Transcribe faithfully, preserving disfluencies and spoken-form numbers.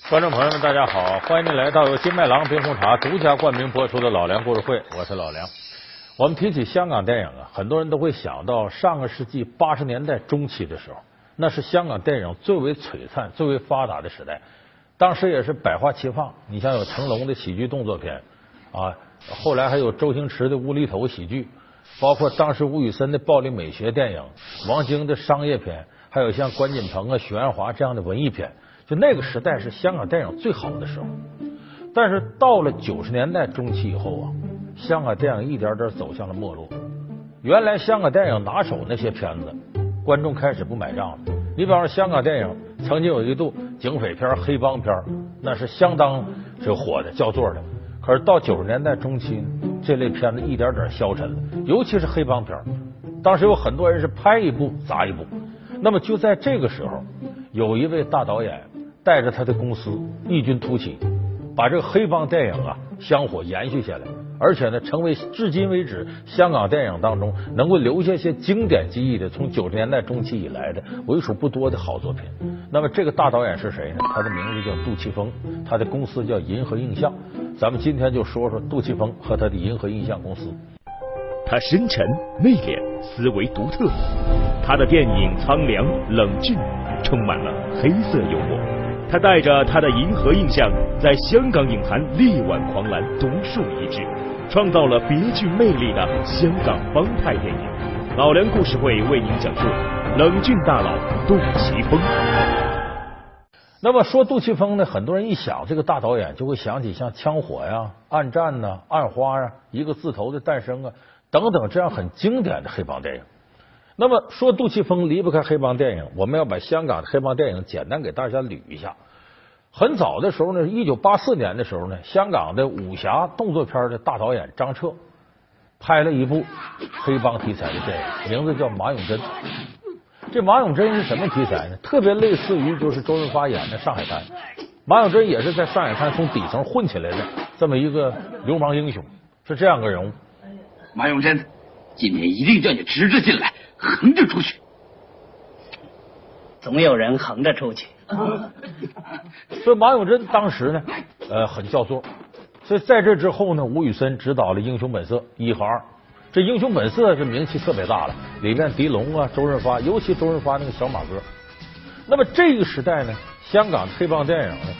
观众朋友们，大家好，欢迎您来到由金麦郎冰红茶独家冠名播出的老梁故事会，我是老梁。我们提起香港电影啊，很多人都会想到上个世纪八十年代中期的时候，那是香港电影最为璀璨、最为发达的时代。当时也是百花齐放，你像有成龙的喜剧动作片啊，后来还有周星驰的无厘头喜剧，包括当时吴宇森的暴力美学电影，王晶的商业片，还有像关锦鹏啊、许鞍华这样的文艺片。就那个时代是香港电影最好的时候，但是到了九十年代中期以后啊，香港电影一点点走向了没落。原来香港电影拿手那些片子，观众开始不买账了。你比方说香港电影曾经有一度警匪片、黑帮片，那是相当是火的、叫座的。可是到九十年代中期，这类片子一点点消沉了，尤其是黑帮片。当时有很多人是拍一部砸一部。那么就在这个时候，有一位大导演带着他的公司异军突起，把这个黑帮电影啊香火延续下来，而且呢成为至今为止香港电影当中能够留下一些经典记忆的，从九十年代中期以来的为数不多的好作品。那么这个大导演是谁呢？他的名字叫杜琪峰，他的公司叫银河映像。咱们今天就说说杜琪峰和他的银河映像公司。 他深沉内敛，思维独特，他的电影苍凉冷峻，充满了黑色幽默。他带着他的银河映像，在香港影坛力挽狂澜，独树一帜，创造了别具魅力的香港帮派电影。老梁故事会为您讲述冷峻大佬杜琪峰。 那么说杜琪峰呢，很多人一想这个大导演就会想起像枪火呀、暗战呐、暗花呀、一个字头的诞生啊等等这样很经典的黑帮电影。那么说杜琪峰离不开黑帮电影，我们要把香港的黑帮电影简单给大家捋一下。很早的时候呢，一九八四年的时候呢，香港的武侠动作片的大导演张彻拍了一部黑帮题材的电影，名字叫《马永贞》。这马永贞是什么题材呢？特别类似于就是周润发演的《上海滩》，马永贞也是在上海滩从底层混起来的这么一个流氓英雄，是这样个人物。 马永贞，今天一定叫你直着进来，横着出去。 总有人横着出去。 所以马永贞当时呢，呃，很叫座。所以在这之后呢，吴宇森执导了《英雄本色》一和二。这《英雄本色》这名气特别大了，里面狄龙啊、周润发，尤其周润发那个小马哥。那么这个时代呢，香港黑帮电影呢